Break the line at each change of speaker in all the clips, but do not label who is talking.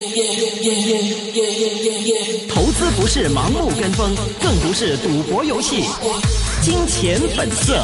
投资不是盲目跟风，更不是赌博游戏。金钱本色。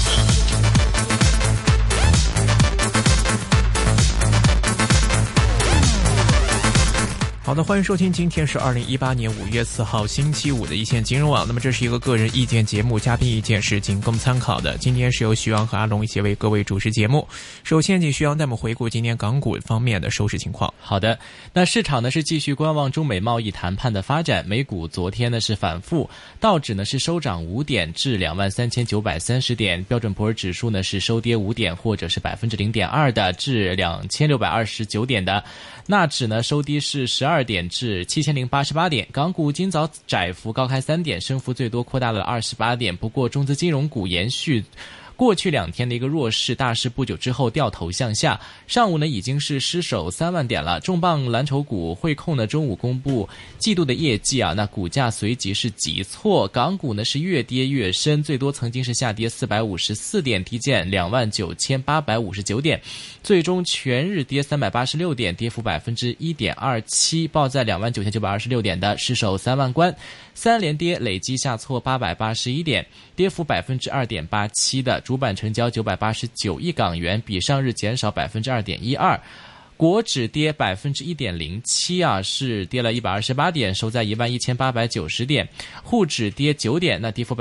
好的，欢迎收听，今天是2018年5月4号星期五的一线金融网。那么这是一个个人意见节目，嘉宾意见是仅供参考的。今天是由徐阳和阿龙一起为各位主持节目。首先请徐阳带我们回顾今天港股方面的收市情况。
好的，那市场呢是继续观望中美贸易谈判的发展，美股昨天呢是反复，道指呢是收涨5点至23,930点，标准普尔指数呢是收跌5点或者是 0.2% 的至2629点的，纳指呢收低是12点至7088点，港股今早窄幅高开3点，升幅最多扩大了28点，不过中资金融股延续过去2天的一个弱势，大势不久之后掉头向下，上午呢已经是失守3万点了。重磅蓝筹股汇控呢中午公布季度的业绩啊，那股价随即是急挫，港股呢是越跌越深，最多曾经是下跌454点，低见29,859点，最终全日跌386点，跌幅 1.27%， 报在29,926点的，失守3万关，3连跌，累计下挫881点，跌幅 2.87% 的，主板成交989亿港元，比上日减少 2.12%。国指跌 1.07% 啊，是跌了128点，收在11890点。沪指跌9点，那跌幅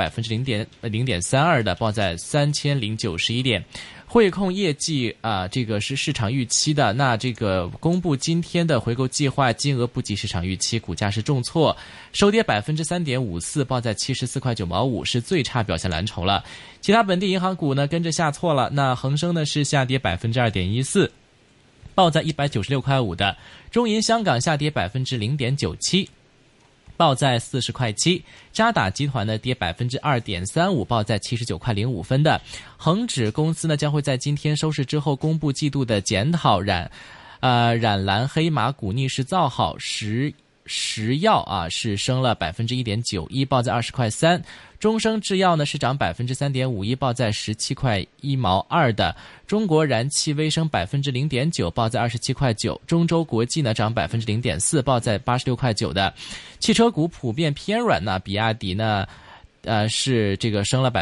0.32% 的，报在3091点。汇控业绩啊，这个是市场预期的，那这个公布今天的回购计划金额不及市场预期，股价是重挫，收跌 3.54%， 报在74.95块，是最差表现蓝筹了。其他本地银行股呢跟着下挫了，那恒生呢是下跌 2.14%， 报在196.5块的，中银香港下跌 0.97%，报在40.7块，渣打集团呢跌 2.35%， 报在79.05块的。恒指公司呢将会在今天收市之后公布季度的检讨，染蓝黑马股逆势造好，石药啊是升了 1.91%， 报在20.3块。中生制药呢是涨 3.51%， 报在17.1块的。中国燃气微升 0.9%， 报在27.9块。中州国际呢涨 0.4%， 报在86.9块的。汽车股普遍偏软呢，比亚迪呢是这个升了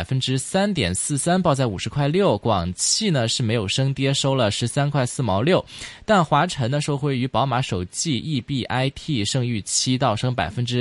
3.43%， 报在50.6块。广汽呢是没有升跌，收了13.4块，但华晨呢受惠于宝马手机 EBIT 胜预期，倒升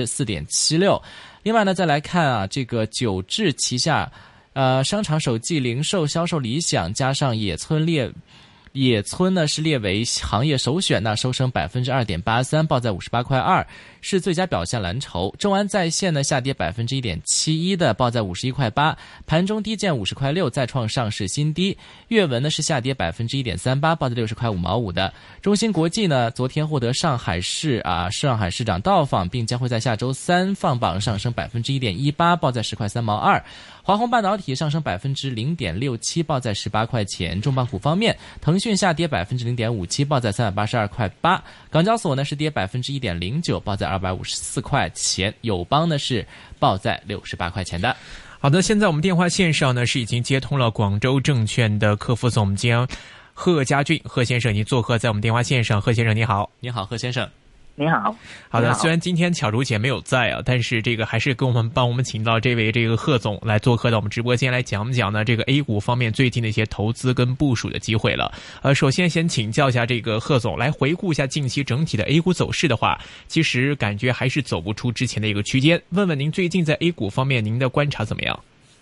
4.76%。另外呢，再来看啊，这个九智旗下商场手机零售销售理想，加上野村呢是列为行业首选，那收升 2.83%， 报在58.2块，是最佳表现蓝筹。众安在线呢下跌 1.71% 的，报在51.8块，盘中低见50.6块，再创上市新低。阅文呢是下跌 1.38%， 报在60.5块的。中芯国际呢昨天获得上海市长到访，并将会在下周3放榜，上升 1.18%， 报在10.3块。华虹半导体上升 0.67%， 报在18块钱。重磅股方面，腾讯下跌 0.57%， 报在382.8块。港交所呢是跌 1.09%， 报在254块钱。友邦呢是报在68块钱的。
好的，现在我们电话线上呢是已经接通了广州证券的客服总监贺家俊，贺先生，您做客在我们电话线上。贺先生你好。
你好，贺先生。
你好。
好的，虽然今天巧如姐没有在啊，但是这个还是帮我们请到这位这个贺总来做客到我们直播间来讲讲呢这个 A 股方面最近的一些投资跟部署的机会了。首先先请教一下这个贺总，来回顾一下近期整体的 A 股走势的话，其实感觉还是走不出之前的一个区间。问问您最近在 A 股方面您的观察怎么样？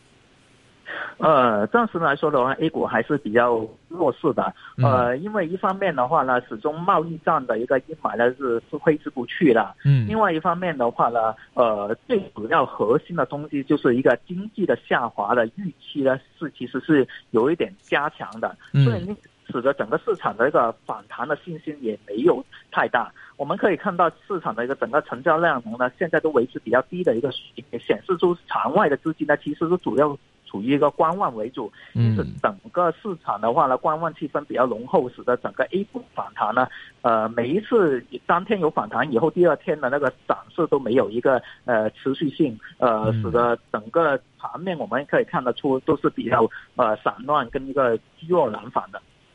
暂时来说的话 ，A 股还是比较弱势的。因为一方面的话呢，始终贸易战的一个阴霾呢是挥之不去的。另外一方面的话呢，最主要核心的东西就是一个经济的下滑的预期呢其实是有一点加强的，所以使得整个市场的一个反弹的信心也没有太大。我们可以看到市场的一个整个成交量呢，现在都维持比较低的一个水平，也显示出场外的资金呢其实是主要处于一个观望为主，因此整个市场的话呢，观望气氛比较浓厚，使得整个 A 股反弹呢，每一次当天有反弹以后，第二天的那个涨势都没有一个持续性，使得整个盘面我们可以看得出都是比较散乱跟一个弱难反的。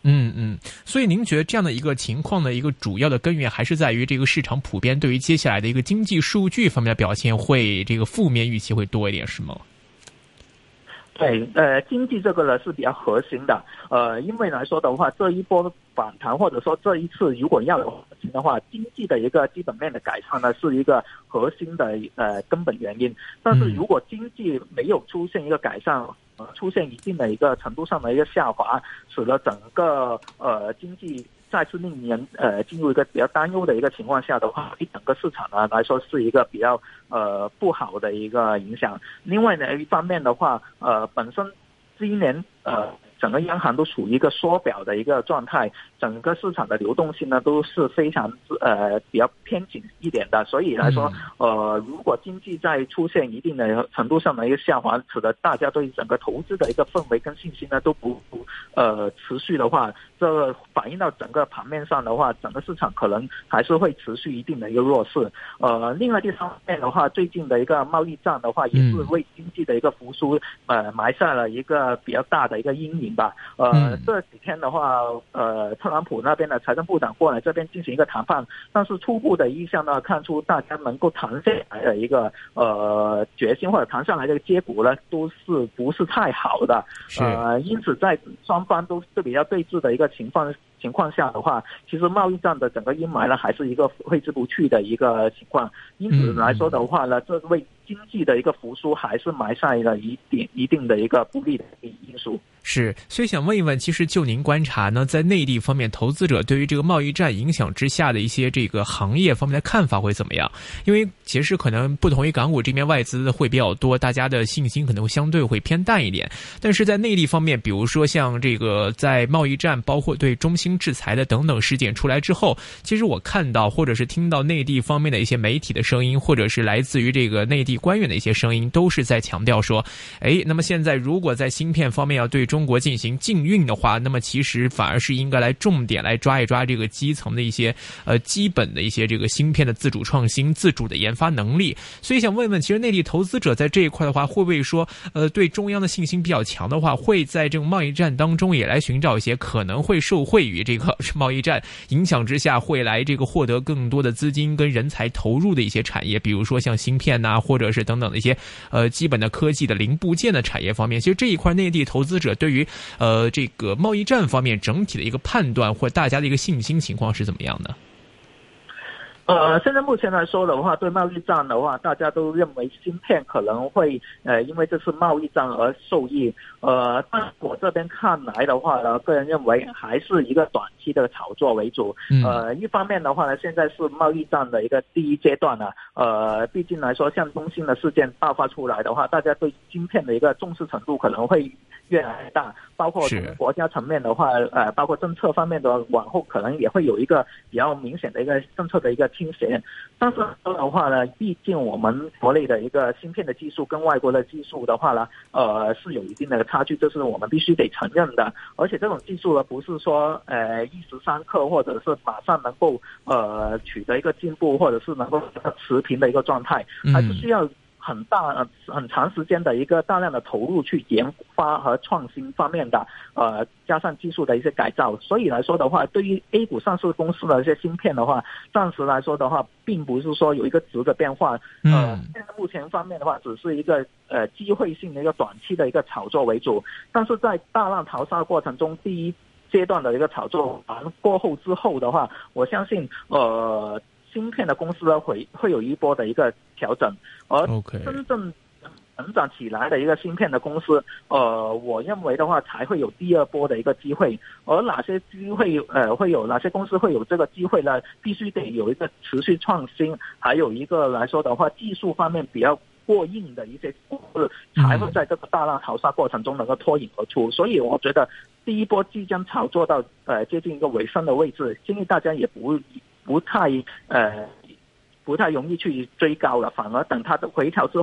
所以您觉得这样的一个情况的一个主要的根源还是在于这个市场普遍对于接下来的一个经济数据方面的表现会这个负面预期会多一点，是吗？
对，经济这个呢是比较核心的，因为来说的话，这一波反弹或者说这一次如果要有核心的话，经济的一个基本面的改善呢是一个核心的根本原因。但是如果经济没有出现一个改善，出现一定的一个程度上的一个下滑，使得整个经济再次令人进入一个比较担忧的一个情况下的话，对整个市场呢来说是一个比较不好的一个影响。另外呢，一方面的话，本身今年整个央行都处于一个缩表的一个状态，整个市场的流动性呢都是非常比较偏紧一点的，所以来说如果经济在出现一定的程度上的一个下滑，使得大家对整个投资的一个氛围跟信心呢都不持续的话，这反映到整个盘面上的话，整个市场可能还是会持续一定的一个弱势。另外第三方面的话，最近的一个贸易战的话，也是为经济的一个复苏埋下了一个比较大的一个阴影吧。这几天的话，特朗普那边的财政部长过来这边进行一个谈判，但是初步的意向呢，看出大家能够谈下来的一个决心或者谈下来的结果呢，都是不是太好的。因此在双方都是比较对峙的一个情况下的话，其实贸易战的整个阴霾呢，还是一个挥之不去的一个情况。因此来说的话呢，这为经济的一个复苏还是埋下了一定的一个不利的因素。
是，所以想问一问，其实就您观察呢，在内地方面，投资者对于这个贸易战影响之下的一些这个行业方面的看法会怎么样？因为其实可能不同于港股这边外资会比较多，大家的信心可能相对会偏淡一点。但是在内地方面，比如说像这个在贸易战，包括对中兴制裁的等等事件出来之后，其实我看到或者是听到内地方面的一些媒体的声音，或者是来自于这个内地官员的一些声音，都是在强调说，那么现在如果在芯片方面要对中国进行禁运的话，那么其实反而是应该来重点来抓一抓这个基层的一些基本的一些这个芯片的自主创新、自主的研发能力。所以想问问，其实内地投资者在这一块的话，会不会说对中央的信心比较强的话，会在这种贸易战当中也来寻找一些可能会受惠于这个贸易战影响之下会来这个获得更多的资金跟人才投入的一些产业，比如说像芯片呐，或者是等等的一些基本的科技的零部件的产业方面。其实这一块内地投资者对于这个贸易战方面整体的一个判断或大家的一个信心情况是怎么样的？
现在目前来说的话，对贸易战的话，大家都认为芯片可能会因为这次贸易战而受益。但我这边看来的话呢，个人认为还是一个短期的炒作为主。一方面的话呢，现在是贸易战的一个第一阶段呢。毕竟来说，像中兴的事件爆发出来的话，大家对芯片的一个重视程度可能会越来越大，包括从国家层面的话，包括政策方面的往后可能也会有一个比较明显的一个政策的一个倾斜。但是的话呢，毕竟我们国内的一个芯片的技术跟外国的技术的话呢，是有一定的差距，这是我们必须得承认的。而且这种技术呢，不是说一时三刻或者是马上能够取得一个进步，或者是能够持平的一个状态，还是需要很长时间的一个大量的投入去研发和创新方面的加上技术的一些改造。所以来说的话，对于 A 股上市公司的一些芯片的话，暂时来说的话，并不是说有一个质的变化。现在目前方面的话，只是一个机会性的一个短期的一个炒作为主。但是在大浪淘沙过程中，第一阶段的一个炒作完过后之后的话，我相信芯片的公司呢会有一波的一个调整，而真正成长起来的一个芯片的公司，我认为的话才会有第二波的一个机会。而哪些机会会有哪些公司会有这个机会呢？必须得有一个持续创新，还有一个来说的话，技术方面比较过硬的一些公司，才会在这个大浪淘沙过程中能够脱颖而出。所以我觉得第一波即将炒作到接近一个尾声的位置，建议大家也不太容易去追高了，反而等它的回调之后，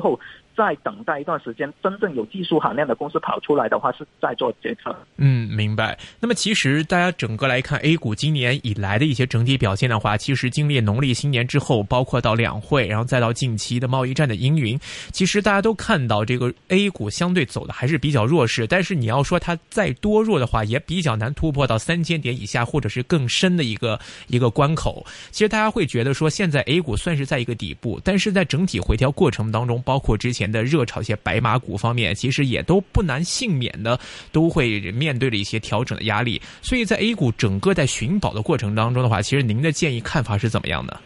再等待一段时间，真正有技术含量的公司跑出来的话，是在做决策。
明白。那么其实大家整个来看 A 股今年以来的一些整体表现的话，其实经历农历新年之后，包括到两会，然后再到近期的贸易战的阴云，其实大家都看到这个 A 股相对走的还是比较弱势，但是你要说它再多弱的话，也比较难突破到3000点以下或者是更深的一个关口。其实大家会觉得说现在 A 股算是在一个底部，但是在整体回调过程当中，包括之前的热炒一些白马股方面，其实也都不难幸免的都会面对了一些调整的压力。所以在 A 股整个在寻宝的过程当中的话，其实您的建议看法是怎么样的？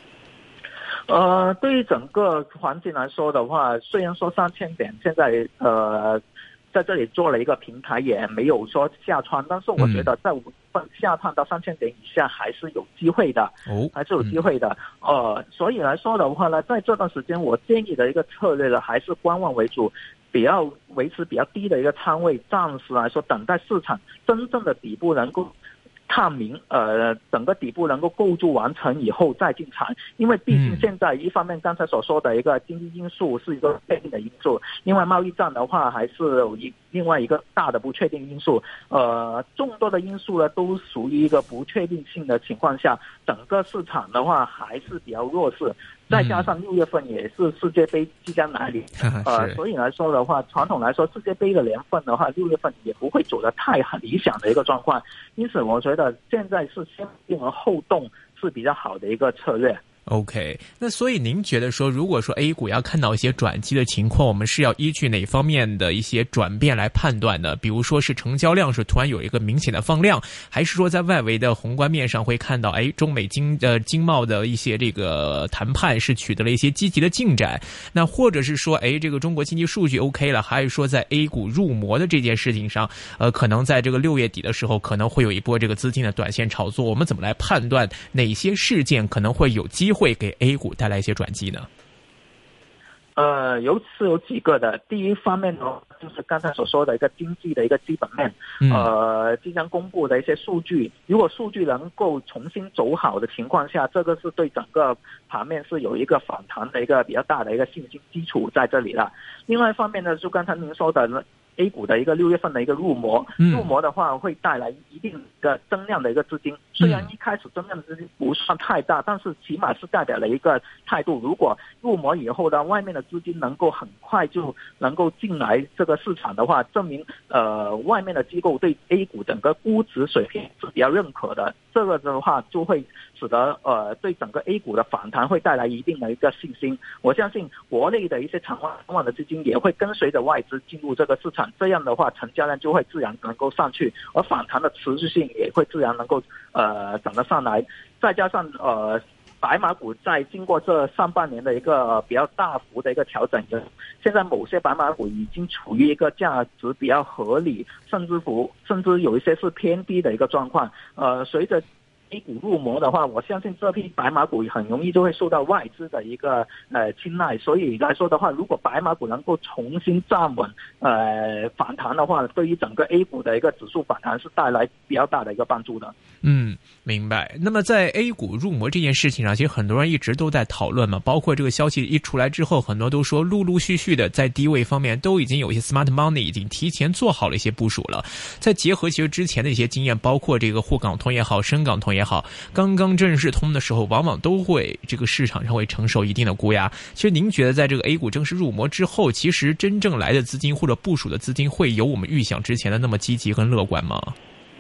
对于整个环境来说的话，虽然说3000点现在在这里做了一个平台，也没有说下穿，但是我觉得在5月份下探到3000点以下还是有机会的，还是有机会的。所以来说的话呢，在这段时间我建议的一个策略呢，还是观望为主，比较维持比较低的一个仓位，暂时来说等待市场真正的底部能够探明，整个底部能够构筑完成以后再进场。因为毕竟现在一方面刚才所说的一个经济因素是一个不确定的因素，另外贸易战的话还是有另外一个大的不确定因素，众多的因素呢都属于一个不确定性的情况下，整个市场的话还是比较弱势。再加上6月份也是世界杯即将来临，所以来说的话，传统来说世界杯的年份的话，6月份也不会走得太很理想的一个状况，因此我觉得现在是先定而后动是比较好的一个策略。
OK， 那所以您觉得说，如果说 A 股要看到一些转机的情况，我们是要依据哪方面的一些转变来判断的？比如说是成交量是突然有一个明显的放量，还是说在外围的宏观面上会看到，中美经贸的一些这个谈判是取得了一些积极的进展？那或者是说，这个中国经济数据 OK 了，还是说在 A 股入魔的这件事情上，可能在这个6月底的时候，可能会有一波这个资金的短线炒作？我们怎么来判断哪些事件可能会有机会给 A 股带来一些转机呢？
有几个的。第一方面呢，就是刚才所说的一个经济的一个基本面，即将公布的一些数据，如果数据能够重新走好的情况下，这个是对整个盘面是有一个反弹的一个比较大的一个信心基础在这里了。另外一方面呢，就刚才您说的A 股的一个6月份的一个入魔，入魔的话会带来一定的增量的一个资金，虽然一开始增量的资金不算太大，但是起码是代表了一个态度。如果入魔以后呢，外面的资金能够很快就能够进来这个市场的话，证明外面的机构对 A 股整个估值水平是比较认可的，这个的话就会使得对整个 A 股的反弹会带来一定的一个信心。我相信国内的一些长望的资金也会跟随着外资进入这个市场，这样的话成交量就会自然能够上去，而反弹的持续性也会自然能够涨得上来。再加上白马股在经过这上半年的一个比较大幅的一个调整，现在某些白马股已经处于一个价值比较合理，甚至有一些是偏低的一个状况。随着A 股入魔的话，我相信这批白马股很容易就会受到外资的一个青睐，所以来说的话，如果白马股能够重新站稳反弹的话，对于整个 A 股的一个指数反弹是带来比较大的一个帮助的。
明白。那么在 A 股入魔这件事情上，其实很多人一直都在讨论嘛，包括这个消息一出来之后，很多都说陆陆续续的在低位方面都已经有一些 smart money 已经提前做好了一些部署了。再结合其实之前的一些经验，包括这个沪港通也好，深港通也好，刚刚正式通的时候，往往都会这个市场上会承受一定的估压。其实您觉得在这个 A 股正式入魔之后，其实真正来的资金或者部署的资金会有我们预想之前的那么积极跟乐观吗？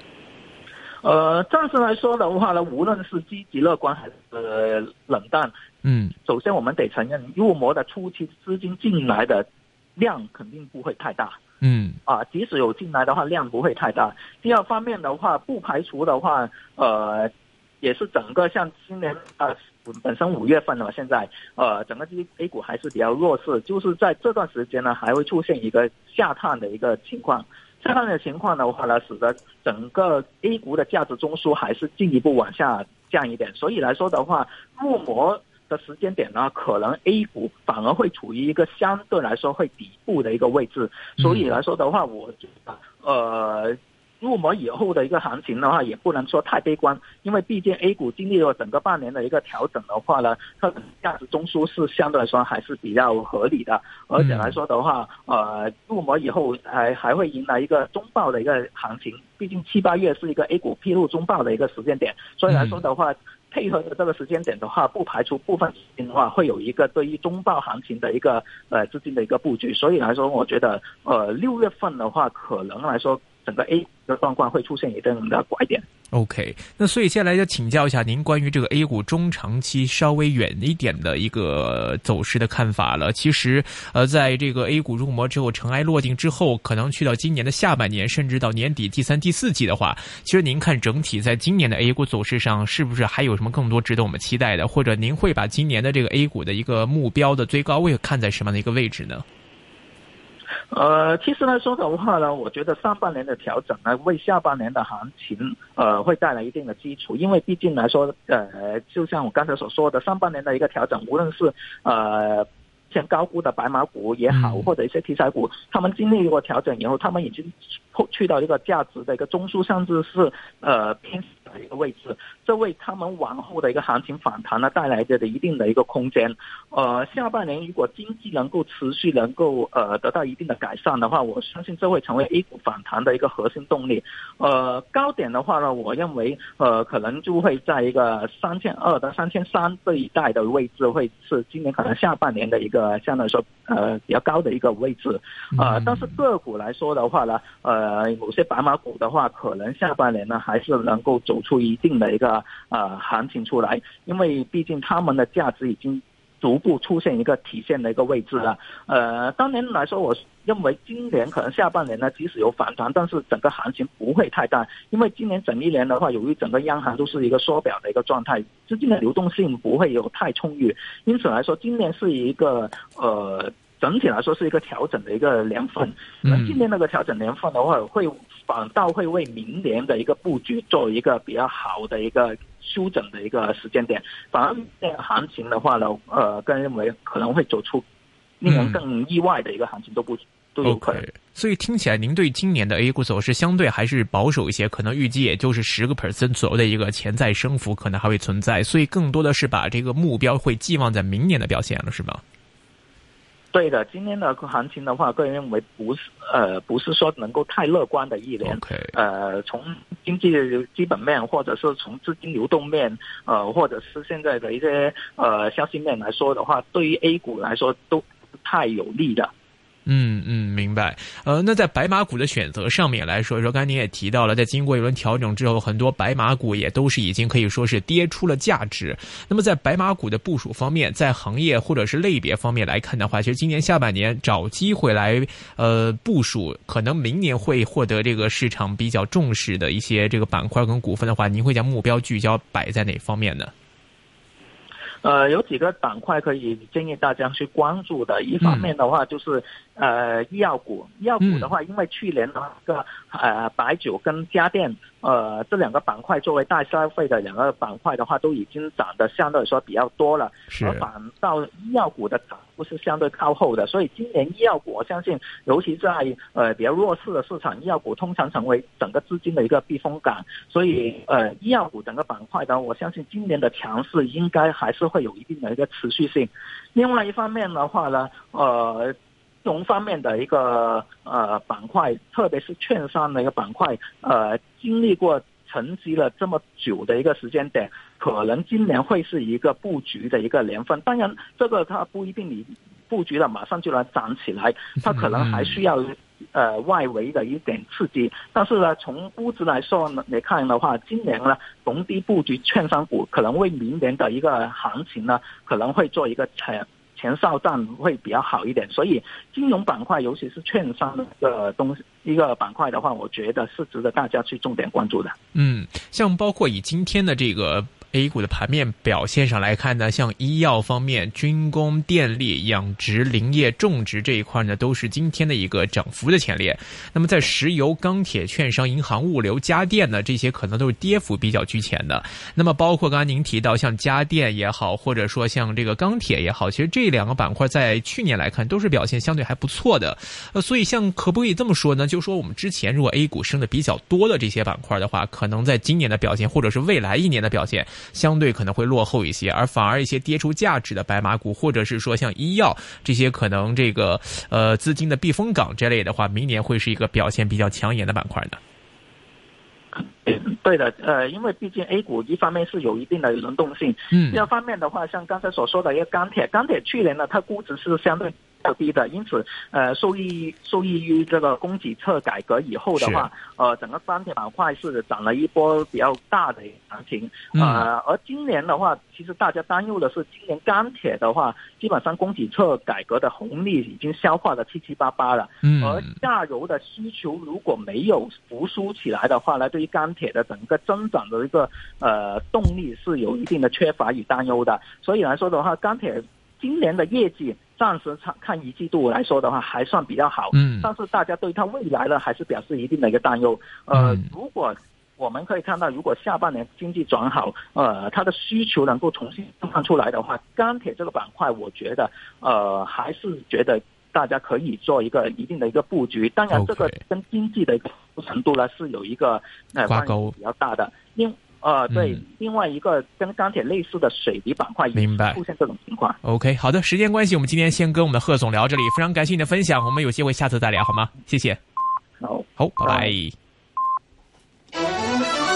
暂时来说的话呢，无论是积极乐观还是冷淡，首先我们得承认，入魔的初期资金进来的量肯定不会太大，即使有进来的话，量不会太大。第二方面的话，不排除的话，也是整个像今年本身5月份了，现在整个 A 股还是比较弱势，就是在这段时间呢，还会出现一个下探的一个情况。下探的情况的话呢，使得整个 A 股的价值中枢还是进一步往下降一点，所以来说的话，入魔的时间点呢，可能 A 股反而会处于一个相对来说会底部的一个位置，所以来说的话，我觉得入魔以后的一个行情的话，也不能说太悲观，因为毕竟 A 股经历了整个半年的一个调整的话呢，它的价值中枢是相对来说还是比较合理的，而且来说的话，入魔以后还会迎来一个中报的一个行情，毕竟7、8月是一个 A 股披露中报的一个时间点，所以来说的话，配合的这个时间点的话，不排除部分资金的话会有一个对于中报行情的一个资金的一个布局，所以来说，我觉得6月份的话，可能来说整个 A 的状况会出现一定的拐点。
OK， 那所以接下来就请教一下您关于这个 A 股中长期稍微远一点的一个走势的看法了。其实在这个 A 股入魔之后，尘埃落定之后，可能去到今年的下半年，甚至到年底第3、第4季的话，其实您看整体在今年的 A 股走势上，是不是还有什么更多值得我们期待的？或者您会把今年的这个 A 股的一个目标的最高位看在什么样的一个位置呢？
其实来说的话呢，我觉得上半年的调整呢，为下半年的行情会带来一定的基础，因为毕竟来说就像我刚才所说的，上半年的一个调整，无论是像高估的白马股也好，或者一些题材股，他们经历过调整以后，他们已经去到一个价值的一个中枢，甚至是偏的一个位置，这为他们往后的一个行情反弹呢带来的一定的一个空间。下半年如果经济能够持续能够得到一定的改善的话，我相信这会成为 A 股反弹的一个核心动力。高点的话呢，我认为可能就会在一个3200到3300这一带的位置，会是今年可能下半年的一个相对来说比较高的一个位置。但是个股来说的话呢，某些白马股的话，可能下半年呢还是能够走出一定的一个行情出来，因为毕竟他们的价值已经逐步出现一个体现的一个位置了。当年来说，我认为今年可能下半年呢，即使有反弹，但是整个行情不会太大，因为今年整一年的话，由于整个央行都是一个缩表的一个状态，资金的流动性不会有太充裕，因此来说，今年是一个整体来说是一个调整的一个年份。那今年那个调整年份的话，反倒会为明年的一个布局做一个比较好的一个修整的一个时间点。反而这个行情的话呢，个人认为可能会走出令人更意外的一个行情都有可能。
所以听起来您对今年的 A 股走势相对还是保守一些，可能预计也就是10% 左右的一个潜在升幅可能还会存在，所以更多的是把这个目标会寄望在明年的表现了，是吗？
对的，今年的行情的话，个人认为不是说能够太乐观的一年。从经济基本面，或者是从资金流动面，或者是现在的一些消息面来说的话，对于 A 股来说都不太有利的。
明白。那在白马股的选择上面来说，刚才您也提到了，在经过一轮调整之后，很多白马股也都是已经可以说是跌出了价值。那么在白马股的部署方面，在行业或者是类别方面来看的话，其实今年下半年找机会来部署，可能明年会获得这个市场比较重视的一些这个板块跟股份的话，您会将目标聚焦摆在哪方面呢？
有几个板块可以建议大家去关注的。一方面的话就是医药股。医药股的话，因为去年那个白酒跟家电这两个板块作为大消费的两个板块的话，都已经涨得相对来说比较多了，而反倒医药股的涨幅是相对靠后的。所以今年医药股，我相信尤其在比较弱势的市场，医药股通常成为整个资金的一个避风港。所以医药股整个板块呢，我相信今年的强势应该还是会有一定的一个持续性。另外一方面的话呢，金融方面的一个板块，特别是券商的一个板块，经历过沉积了这么久的一个时间点，可能今年会是一个布局的一个年份。当然，这个它不一定你布局了马上就能涨起来，它可能还需要外围的一点刺激。但是呢，从估值来说呢，来看的话，今年呢逢低布局券商股，可能为明年的一个行情呢，可能会做一个前哨战会比较好一点。所以金融板块，尤其是券商的一个板块的话，我觉得是值得大家去重点关注的。
像包括以今天的这个 A 股的盘面表现上来看呢，像医药方面、军工、电力、养殖、林业、种植这一块呢，都是今天的一个涨幅的前列。那么在石油、钢铁、券商、银行、物流、家电呢，这些可能都是跌幅比较居前的。那么包括刚刚您提到像家电也好，或者说像这个钢铁也好，其实这两个板块在去年来看都是表现相对还不错的。所以像可不可以这么说呢？就说我们之前如果 A 股升的比较多的这些板块的话，可能在今年的表现或者是未来一年的表现相对可能会落后一些，而反而一些跌出价值的白马股，或者是说像医药这些可能这个资金的避风港这类的话，明年会是一个表现比较抢眼的板块呢。
对的，因为毕竟 A 股一方面是有一定的轮动性，第二方面的话，像刚才所说的一个钢铁去年呢，它估值是相对较低的，因此受益于这个供给侧改革以后的话，整个钢铁板块是涨了一波比较大的行情，而今年的话，其实大家担忧的是今年钢铁的话，基本上供给侧改革的红利已经消化的七七八八了，而下游的需求如果没有复苏起来的话呢，对于钢铁的整个增长的一个动力是有一定的缺乏与担忧的，所以来说的话，钢铁今年的业绩暂时看一季度来说的话还算比较好，但是大家对它未来呢还是表示一定的一个担忧。如果我们可以看到，如果下半年经济转好，它的需求能够重新释放出来的话，钢铁这个板块，我觉得还是觉得大家可以做一个一定的一个布局。当然，这个跟经济的程度呢是有一个
挂钩
比较大的。对，另外一个跟钢铁类似的水泥板块也出现这种情况。
OK， 好的，时间关系，我们今天先跟我们的贺总聊这里，非常感谢你的分享，我们有机会下次再聊好吗？谢谢。
好，
拜拜。